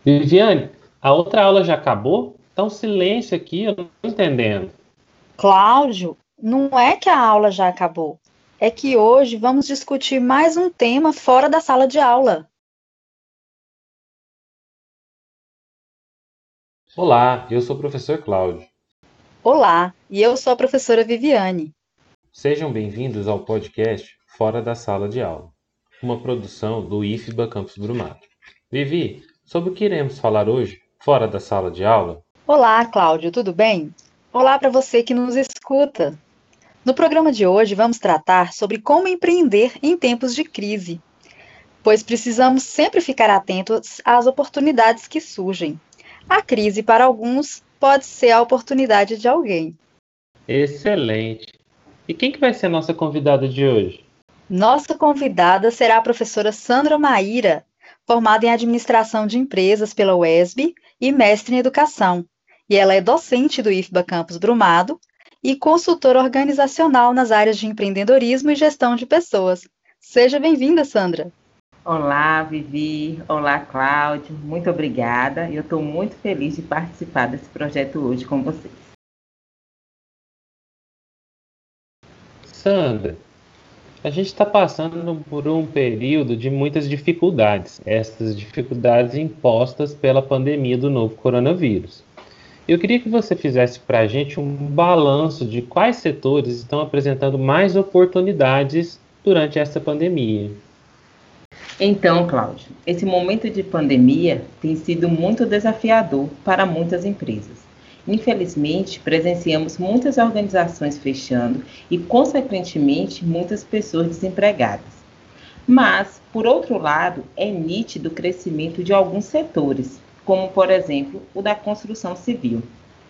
Viviane, a outra aula já acabou? Tá um silêncio aqui, eu não estou entendendo. Cláudio, não é que a aula já acabou. É que hoje vamos discutir mais um tema fora da sala de aula. Olá, eu sou o professor Cláudio. Olá, e eu sou a professora Viviane. Sejam bem-vindos ao podcast Fora da Sala de Aula, uma produção do IFBA Campus Brumado. Vivi, sobre o que iremos falar hoje, fora da sala de aula? Olá, Cláudio, tudo bem? Olá para você que nos escuta. No programa de hoje vamos tratar sobre como empreender em tempos de crise, pois precisamos sempre ficar atentos às oportunidades que surgem. A crise, para alguns, pode ser a oportunidade de alguém. Excelente! E quem que vai ser a nossa convidada de hoje? Nossa convidada será a professora Sandra Maíra, formada em Administração de Empresas pela UESB e mestre em Educação. E ela é docente do IFBA Campus Brumado e consultora organizacional nas áreas de empreendedorismo e gestão de pessoas. Seja bem-vinda, Sandra. Olá, Vivi. Olá, Cláudio. Muito obrigada. Eu estou muito feliz de participar desse projeto hoje com vocês. Sandra, a gente está passando por um período de muitas dificuldades, essas dificuldades impostas pela pandemia do novo coronavírus. Eu queria que você fizesse para a gente um balanço de quais setores estão apresentando mais oportunidades durante essa pandemia. Então, Cláudio, esse momento de pandemia tem sido muito desafiador para muitas empresas. Infelizmente, presenciamos muitas organizações fechando e, consequentemente, muitas pessoas desempregadas. Mas, por outro lado, é nítido o crescimento de alguns setores, como, por exemplo, o da construção civil.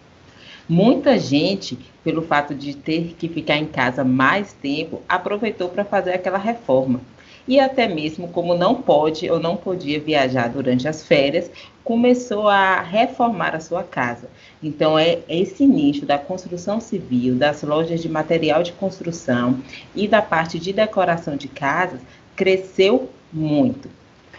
Muita gente, pelo fato de ter que ficar em casa mais tempo, aproveitou para fazer aquela reforma. E até mesmo como não pode ou não podia viajar durante as férias, começou a reformar a sua casa. Então, é esse nicho da construção civil, das lojas de material de construção e da parte de decoração de casas, cresceu muito.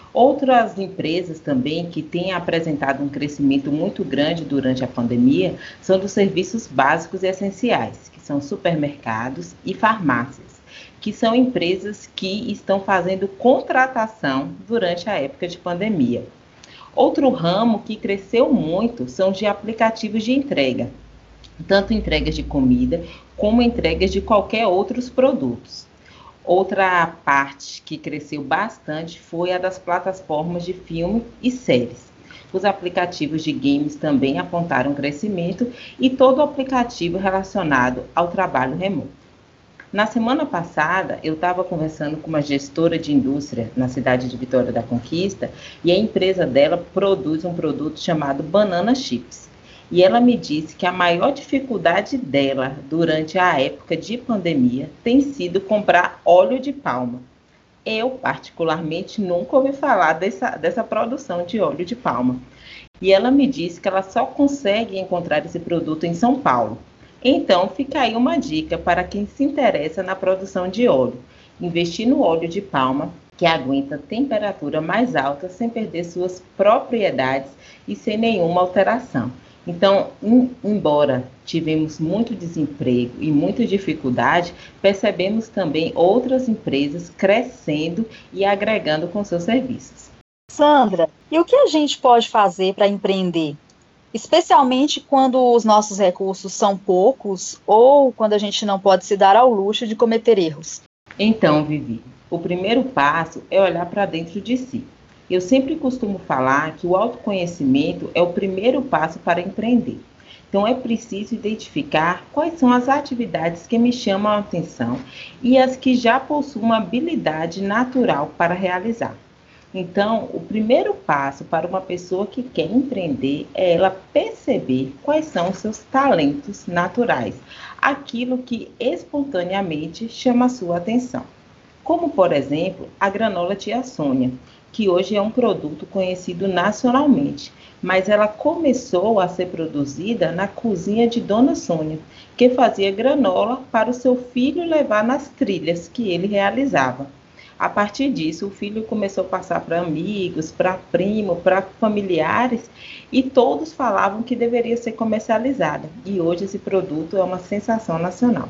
Outras empresas também que têm apresentado um crescimento muito grande durante a pandemia são dos serviços básicos e essenciais, que são supermercados e farmácias, que são empresas que estão fazendo contratação durante a época de pandemia. Outro ramo que cresceu muito são de aplicativos de entrega, tanto entregas de comida como entregas de qualquer outros produtos. Outra parte que cresceu bastante foi a das plataformas de filme e séries. Os aplicativos de games também apontaram crescimento e todo o aplicativo relacionado ao trabalho remoto. Na semana passada, eu estava conversando com uma gestora de indústria na cidade de Vitória da Conquista e a empresa dela produz um produto chamado Banana Chips. E ela me disse que a maior dificuldade dela durante a época de pandemia tem sido comprar óleo de palma. Eu, particularmente, nunca ouvi falar dessa produção de óleo de palma. E ela me disse que ela só consegue encontrar esse produto em São Paulo. Então, fica aí uma dica para quem se interessa na produção de óleo. Investir no óleo de palma, que aguenta temperatura mais alta sem perder suas propriedades e sem nenhuma alteração. Então, embora tivemos muito desemprego e muita dificuldade, percebemos também outras empresas crescendo e agregando com seus serviços. Sandra, e o que a gente pode fazer para empreender? Especialmente quando os nossos recursos são poucos ou quando a gente não pode se dar ao luxo de cometer erros. Então, Vivi, o primeiro passo é olhar para dentro de si. Eu sempre costumo falar que o autoconhecimento é o primeiro passo para empreender. Então, é preciso identificar quais são as atividades que me chamam a atenção e as que já possuem uma habilidade natural para realizar. Então, o primeiro passo para uma pessoa que quer empreender é ela perceber quais são os seus talentos naturais, aquilo que espontaneamente chama a sua atenção. Como, por exemplo, a granola Tia Sônia, que hoje é um produto conhecido nacionalmente, mas ela começou a ser produzida na cozinha de Dona Sônia, que fazia granola para o seu filho levar nas trilhas que ele realizava. A partir disso, o filho começou a passar para amigos, para primo, para familiares, e todos falavam que deveria ser comercializada. E hoje esse produto é uma sensação nacional.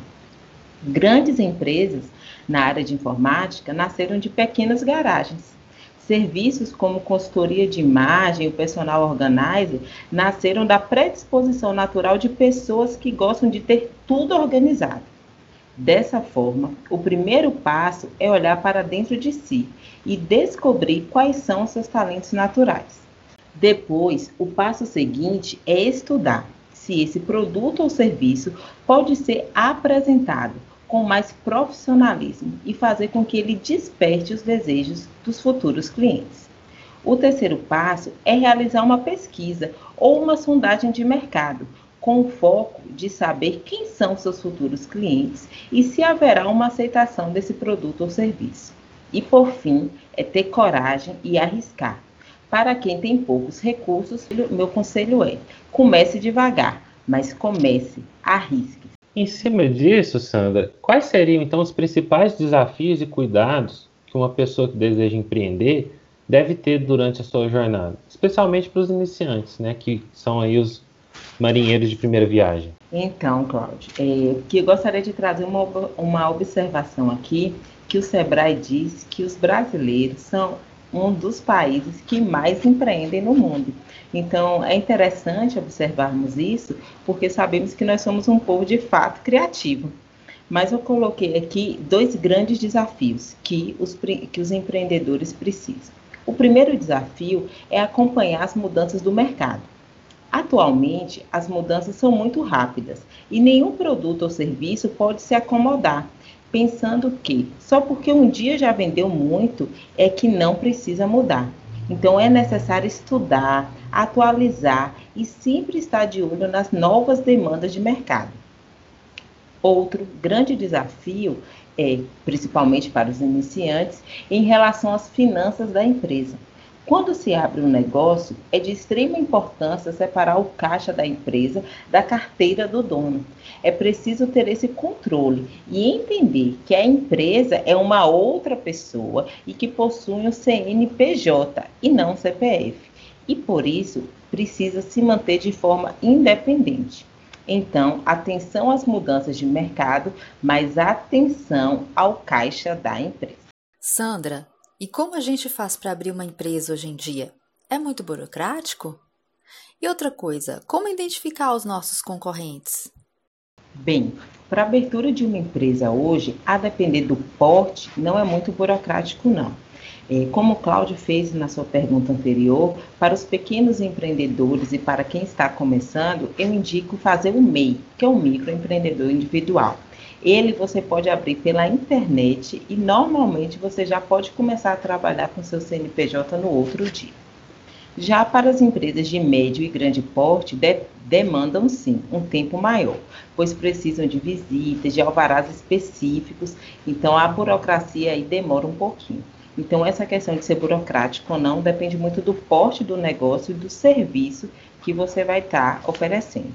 Grandes empresas na área de informática nasceram de pequenas garagens. Serviços como consultoria de imagem e o personal organizer nasceram da predisposição natural de pessoas que gostam de ter tudo organizado. Dessa forma, o primeiro passo é olhar para dentro de si e descobrir quais são os seus talentos naturais. Depois, o passo seguinte é estudar se esse produto ou serviço pode ser apresentado com mais profissionalismo e fazer com que ele desperte os desejos dos futuros clientes. O terceiro passo é realizar uma pesquisa ou uma sondagem de mercado, com o foco de saber quem são seus futuros clientes e se haverá uma aceitação desse produto ou serviço. E por fim, é ter coragem e arriscar. Para quem tem poucos recursos, meu conselho é: comece devagar, mas comece, arrisque. Em cima disso, Sandra, quais seriam então os principais desafios e cuidados que uma pessoa que deseja empreender deve ter durante a sua jornada, especialmente para os iniciantes, né, que são aí os marinheiros de primeira viagem? Então, Cláudio, que eu gostaria de trazer uma observação aqui, que o Sebrae diz que os brasileiros são um dos países que mais empreendem no mundo. Então, é interessante observarmos isso, porque sabemos que nós somos um povo de fato criativo. Mas eu coloquei aqui dois grandes desafios que os empreendedores precisam. O primeiro desafio é acompanhar as mudanças do mercado. Atualmente, as mudanças são muito rápidas e nenhum produto ou serviço pode se acomodar, pensando que só porque um dia já vendeu muito é que não precisa mudar. Então, é necessário estudar, atualizar e sempre estar de olho nas novas demandas de mercado. Outro grande desafio principalmente para os iniciantes, em relação às finanças da empresa. Quando se abre um negócio, é de extrema importância separar o caixa da empresa da carteira do dono. É preciso ter esse controle e entender que a empresa é uma outra pessoa e que possui um CNPJ e não CPF. E por isso, precisa se manter de forma independente. Então, atenção às mudanças de mercado, mas atenção ao caixa da empresa. Sandra, e como a gente faz para abrir uma empresa hoje em dia? É muito burocrático? E outra coisa, como identificar os nossos concorrentes? Bem, para a abertura de uma empresa hoje, a depender do porte, não é muito burocrático não. Como o Cláudio fez na sua pergunta anterior, para os pequenos empreendedores e para quem está começando, eu indico fazer o MEI, que é o microempreendedor individual. Ele você pode abrir pela internet e normalmente você já pode começar a trabalhar com seu CNPJ no outro dia. Já para as empresas de médio e grande porte, demandam sim um tempo maior, pois precisam de visitas, de alvarás específicos, então a burocracia aí demora um pouquinho. Então, essa questão de ser burocrático ou não depende muito do porte do negócio e do serviço que você vai estar oferecendo.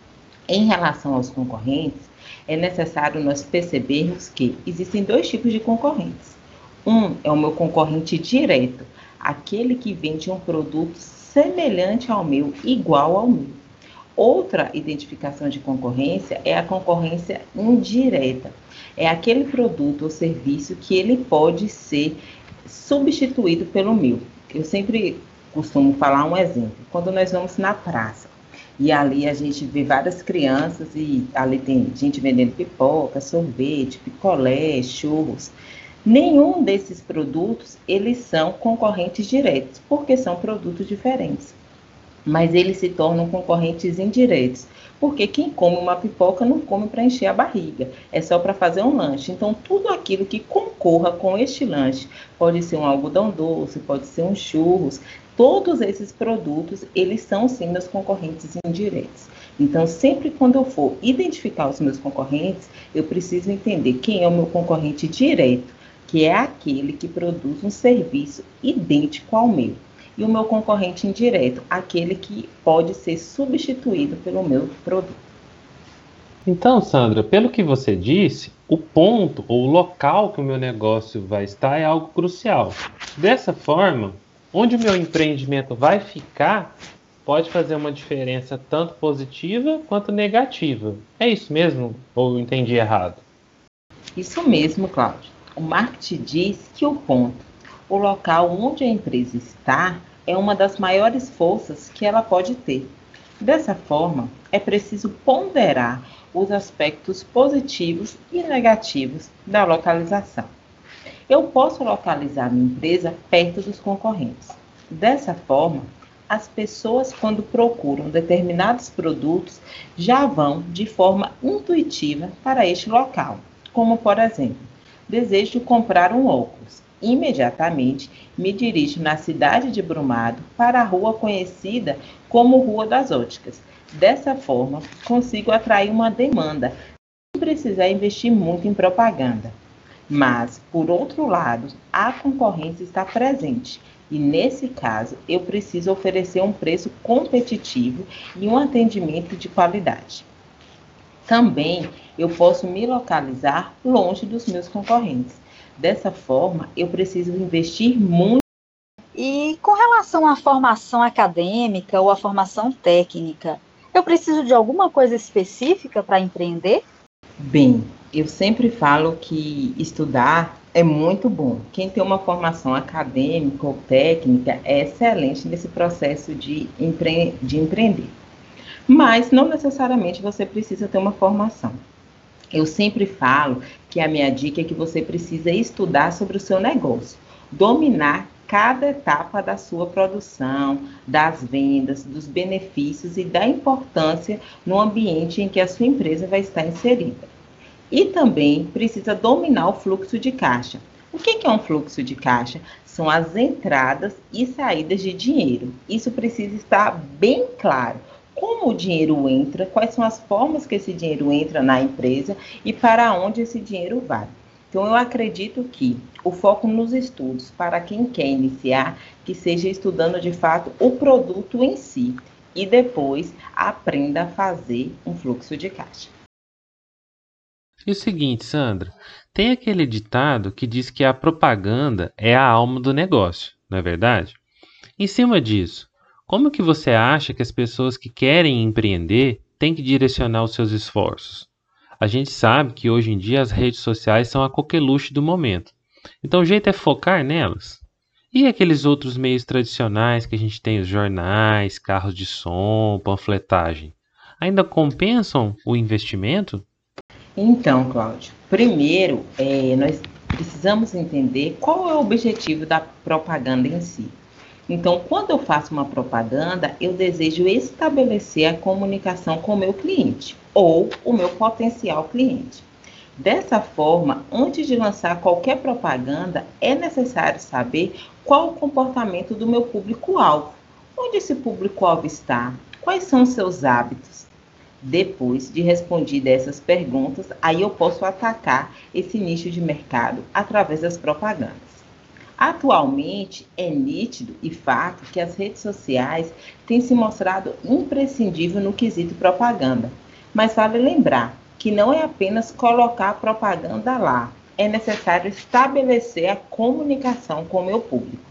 Em relação aos concorrentes, é necessário nós percebermos que existem dois tipos de concorrentes. Um é o meu concorrente direto, aquele que vende um produto semelhante ao meu, igual ao meu. Outra identificação de concorrência é a concorrência indireta. É aquele produto ou serviço que ele pode ser substituído pelo meu. Eu sempre costumo falar um exemplo. Quando nós vamos na praça e ali a gente vê várias crianças e ali tem gente vendendo pipoca, sorvete, picolé, churros. Nenhum desses produtos, eles são concorrentes diretos, porque são produtos diferentes. Mas eles se tornam concorrentes indiretos, porque quem come uma pipoca não come para encher a barriga, é só para fazer um lanche. Então, tudo aquilo que concorra com este lanche, pode ser um algodão doce, pode ser um churros, todos esses produtos, eles são sim meus concorrentes indiretos. Então, sempre quando eu for identificar os meus concorrentes, eu preciso entender quem é o meu concorrente direto, que é aquele que produz um serviço idêntico ao meu. E o meu concorrente indireto, aquele que pode ser substituído pelo meu produto. Então, Sandra, pelo que você disse, o ponto ou o local que o meu negócio vai estar é algo crucial. Dessa forma, onde o meu empreendimento vai ficar pode fazer uma diferença tanto positiva quanto negativa. É isso mesmo? Ou eu entendi errado? Isso mesmo, Cláudio. O marketing diz que o ponto, o local onde a empresa está, é uma das maiores forças que ela pode ter. Dessa forma, é preciso ponderar os aspectos positivos e negativos da localização. Eu posso localizar minha empresa perto dos concorrentes. Dessa forma, as pessoas, quando procuram determinados produtos, já vão de forma intuitiva para este local. Como, por exemplo, desejo comprar um óculos. Imediatamente me dirijo na cidade de Brumado para a rua conhecida como Rua das Óticas. Dessa forma, consigo atrair uma demanda, sem precisar investir muito em propaganda. Mas, por outro lado, a concorrência está presente e, nesse caso, eu preciso oferecer um preço competitivo e um atendimento de qualidade. Também eu posso me localizar longe dos meus concorrentes. Dessa forma, eu preciso investir muito. E com relação à formação acadêmica ou à formação técnica, eu preciso de alguma coisa específica para empreender? Bem, eu sempre falo que estudar é muito bom. Quem tem uma formação acadêmica ou técnica é excelente nesse processo de empreender. Mas não necessariamente você precisa ter uma formação. Eu sempre falo que a minha dica é que você precisa estudar sobre o seu negócio, dominar cada etapa da sua produção, das vendas, dos benefícios e da importância no ambiente em que a sua empresa vai estar inserida. E também precisa dominar o fluxo de caixa. O que é um fluxo de caixa? São as entradas e saídas de dinheiro. Isso precisa estar bem claro. Como o dinheiro entra, quais são as formas que esse dinheiro entra na empresa e para onde esse dinheiro vai. Então, eu acredito que o foco nos estudos, para quem quer iniciar, que seja estudando de fato o produto em si e depois aprenda a fazer um fluxo de caixa. E o seguinte, Sandra, tem aquele ditado que diz que a propaganda é a alma do negócio, não é verdade? Em cima disso, como que você acha que as pessoas que querem empreender têm que direcionar os seus esforços? A gente sabe que hoje em dia as redes sociais são a coqueluche do momento. Então o jeito é focar nelas. E aqueles outros meios tradicionais que a gente tem, os jornais, carros de som, panfletagem, ainda compensam o investimento? Então, Cláudio, primeiro, nós precisamos entender qual é o objetivo da propaganda em si. Então, quando eu faço uma propaganda, eu desejo estabelecer a comunicação com o meu cliente ou o meu potencial cliente. Dessa forma, antes de lançar qualquer propaganda, é necessário saber qual o comportamento do meu público-alvo. Onde esse público-alvo está? Quais são os seus hábitos? Depois de respondida essas perguntas, aí eu posso atacar esse nicho de mercado através das propagandas. Atualmente, é nítido e fato que as redes sociais têm se mostrado imprescindível no quesito propaganda. Mas vale lembrar que não é apenas colocar a propaganda lá, é necessário estabelecer a comunicação com o meu público.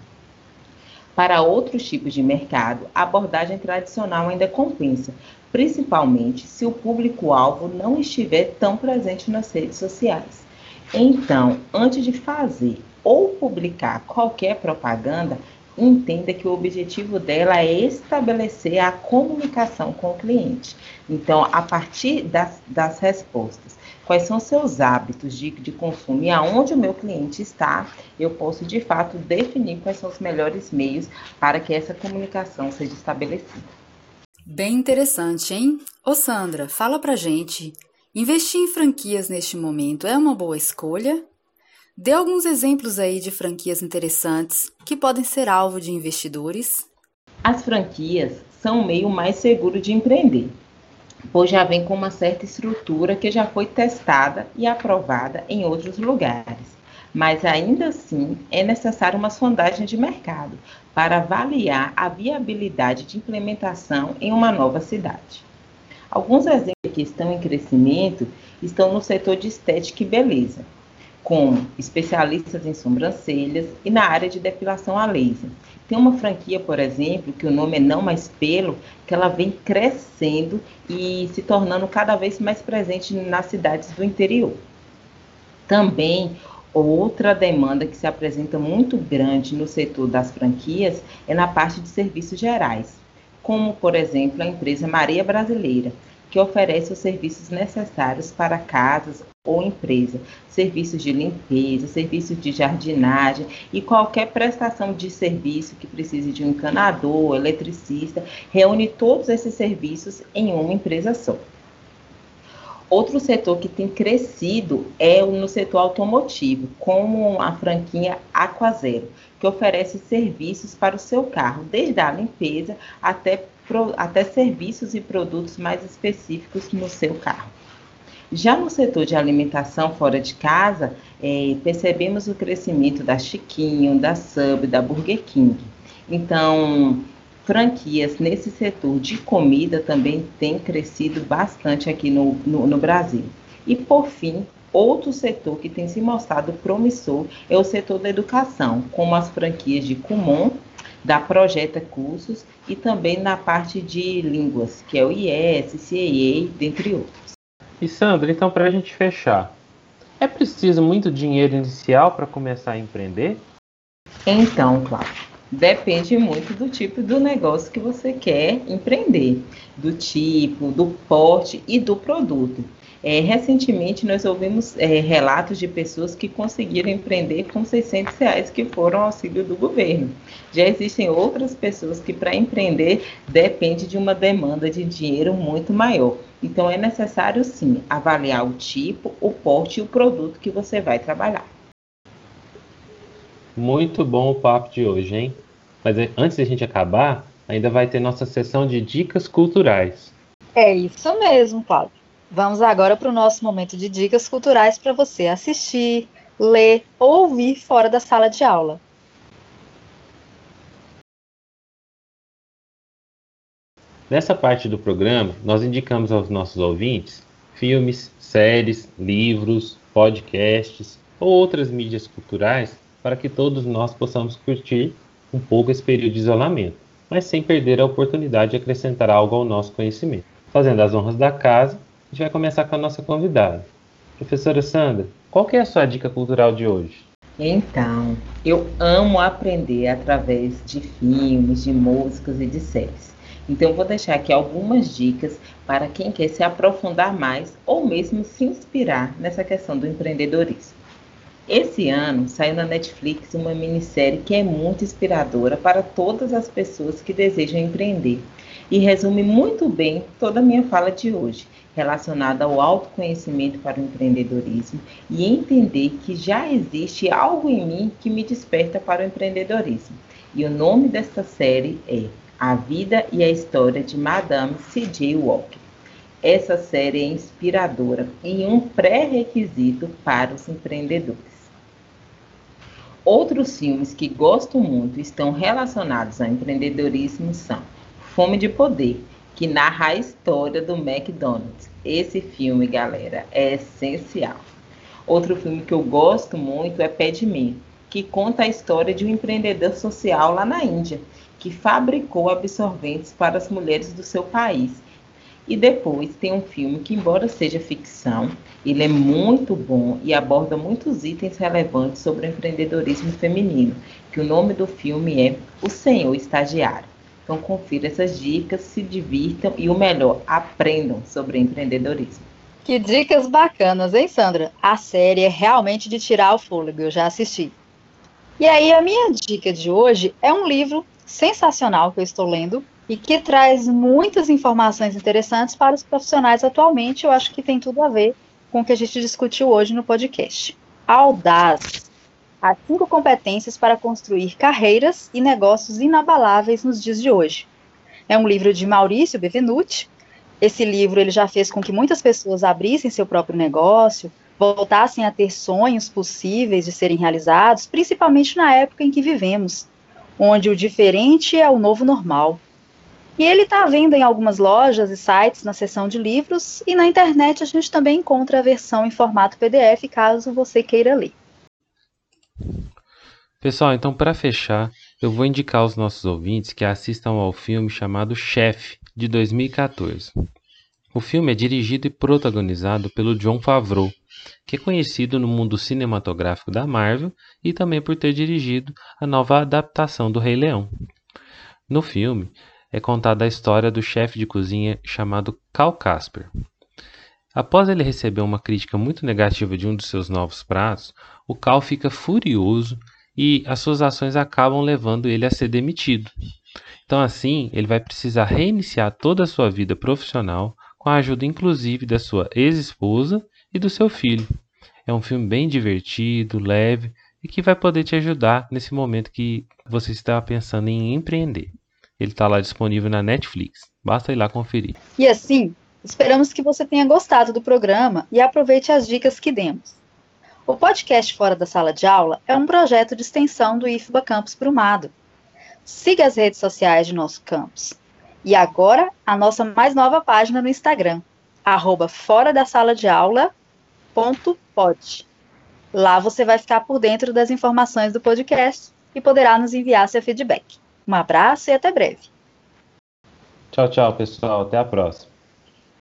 Para outros tipos de mercado, a abordagem tradicional ainda compensa, principalmente se o público-alvo não estiver tão presente nas redes sociais. Então, antes de fazer ou publicar qualquer propaganda, entenda que o objetivo dela é estabelecer a comunicação com o cliente. Então, a partir das respostas, quais são seus hábitos de consumo e aonde o meu cliente está, eu posso, de fato, definir quais são os melhores meios para que essa comunicação seja estabelecida. Bem interessante, hein? Ô Sandra, fala pra gente, investir em franquias neste momento é uma boa escolha? Dê alguns exemplos aí de franquias interessantes que podem ser alvo de investidores. As franquias são o meio mais seguro de empreender, pois já vem com uma certa estrutura que já foi testada e aprovada em outros lugares. Mas ainda assim é necessária uma sondagem de mercado para avaliar a viabilidade de implementação em uma nova cidade. Alguns exemplos que estão em crescimento estão no setor de estética e beleza, como especialistas em sobrancelhas e na área de depilação a laser. Tem uma franquia, por exemplo, que o nome é Não Mais Pelo, que ela vem crescendo e se tornando cada vez mais presente nas cidades do interior. Também, outra demanda que se apresenta muito grande no setor das franquias é na parte de serviços gerais, como, por exemplo, a empresa Maria Brasileira, que oferece os serviços necessários para casas ou empresa, serviços de limpeza, serviços de jardinagem e qualquer prestação de serviço que precise de um encanador, eletricista, reúne todos esses serviços em uma empresa só. Outro setor que tem crescido é no setor automotivo, como a franquia Aquazero, que oferece serviços para o seu carro, desde a limpeza até serviços e produtos mais específicos no seu carro. Já no setor de alimentação fora de casa, percebemos o crescimento da Chiquinho, da Sub, da Burger King. Então, franquias nesse setor de comida também têm crescido bastante aqui no Brasil. E, por fim, outro setor que tem se mostrado promissor é o setor da educação, como as franquias de Kumon, da Projeta Cursos e também na parte de línguas, que é o IES, CAA, dentre outros. E Sandra, então para a gente fechar, é preciso muito dinheiro inicial para começar a empreender? Então, Cláudio, depende muito do tipo do negócio que você quer empreender, do tipo, do porte e do produto. Recentemente, nós ouvimos relatos de pessoas que conseguiram empreender com R$600, que foram auxílio do governo. Já existem outras pessoas que, para empreender, depende de uma demanda de dinheiro muito maior. Então, é necessário, sim, avaliar o tipo, o porte e o produto que você vai trabalhar. Muito bom o papo de hoje, hein? Mas antes de a gente acabar, ainda vai ter nossa sessão de dicas culturais. É isso mesmo, Cláudio. Vamos agora para o nosso momento de dicas culturais para você assistir, ler ou ouvir fora da sala de aula. Nessa parte do programa, nós indicamos aos nossos ouvintes filmes, séries, livros, podcasts ou outras mídias culturais para que todos nós possamos curtir um pouco esse período de isolamento, mas sem perder a oportunidade de acrescentar algo ao nosso conhecimento. Fazendo as honras da casa, a gente vai começar com a nossa convidada. Professora Sandra, qual que é a sua dica cultural de hoje? Então, eu amo aprender através de filmes, de músicas e de séries. Então, eu vou deixar aqui algumas dicas para quem quer se aprofundar mais ou mesmo se inspirar nessa questão do empreendedorismo. Esse ano saiu na Netflix uma minissérie que é muito inspiradora para todas as pessoas que desejam empreender e resume muito bem toda a minha fala de hoje, relacionada ao autoconhecimento para o empreendedorismo e entender que já existe algo em mim que me desperta para o empreendedorismo. E o nome desta série é A Vida e a História de Madame C.J. Walker. Essa série é inspiradora e um pré-requisito para os empreendedores. Outros filmes que gosto muito e estão relacionados ao empreendedorismo são Fome de Poder, que narra a história do McDonald's. Esse filme, galera, é essencial. Outro filme que eu gosto muito é Padmé, que conta a história de um empreendedor social lá na Índia, que fabricou absorventes para as mulheres do seu país. E depois tem um filme que, embora seja ficção, ele é muito bom e aborda muitos itens relevantes sobre o empreendedorismo feminino, que o nome do filme é O Senhor Estagiário. Então confira essas dicas, se divirtam e o melhor, aprendam sobre empreendedorismo. Que dicas bacanas, hein, Sandra? A série é realmente de tirar o fôlego, eu já assisti. E aí, a minha dica de hoje é um livro sensacional que eu estou lendo e que traz muitas informações interessantes para os profissionais atualmente. Eu acho que tem tudo a ver com o que a gente discutiu hoje no podcast. Audaz. As 5 competências para construir carreiras e negócios inabaláveis nos dias de hoje. É um livro de Maurício Bevenuti. Esse livro ele já fez com que muitas pessoas abrissem seu próprio negócio, voltassem a ter sonhos possíveis de serem realizados, principalmente na época em que vivemos, onde o diferente é o novo normal. E ele está à venda em algumas lojas e sites na seção de livros, e na internet a gente também encontra a versão em formato PDF, caso você queira ler. Pessoal, então para fechar, eu vou indicar aos nossos ouvintes que assistam ao filme chamado Chefe, de 2014. O filme é dirigido e protagonizado pelo Jon Favreau, que é conhecido no mundo cinematográfico da Marvel e também por ter dirigido a nova adaptação do Rei Leão. No filme, é contada a história do chefe de cozinha chamado Cal Casper. Após ele receber uma crítica muito negativa de um dos seus novos pratos, o Cal fica furioso e as suas ações acabam levando ele a ser demitido. Então assim, ele vai precisar reiniciar toda a sua vida profissional com a ajuda inclusive da sua ex-esposa e do seu filho. É um filme bem divertido, leve e que vai poder te ajudar nesse momento que você está pensando em empreender. Ele está lá disponível na Netflix. Basta ir lá conferir. E assim, esperamos que você tenha gostado do programa e aproveite as dicas que demos. O podcast Fora da Sala de Aula é um projeto de extensão do IFBA Campus Brumado. Siga as redes sociais de nosso campus. E agora, a nossa mais nova página no Instagram, @foradasaladeaula.pod. Lá você vai ficar por dentro das informações do podcast e poderá nos enviar seu feedback. Um abraço e até breve. Tchau, tchau, pessoal. Até a próxima.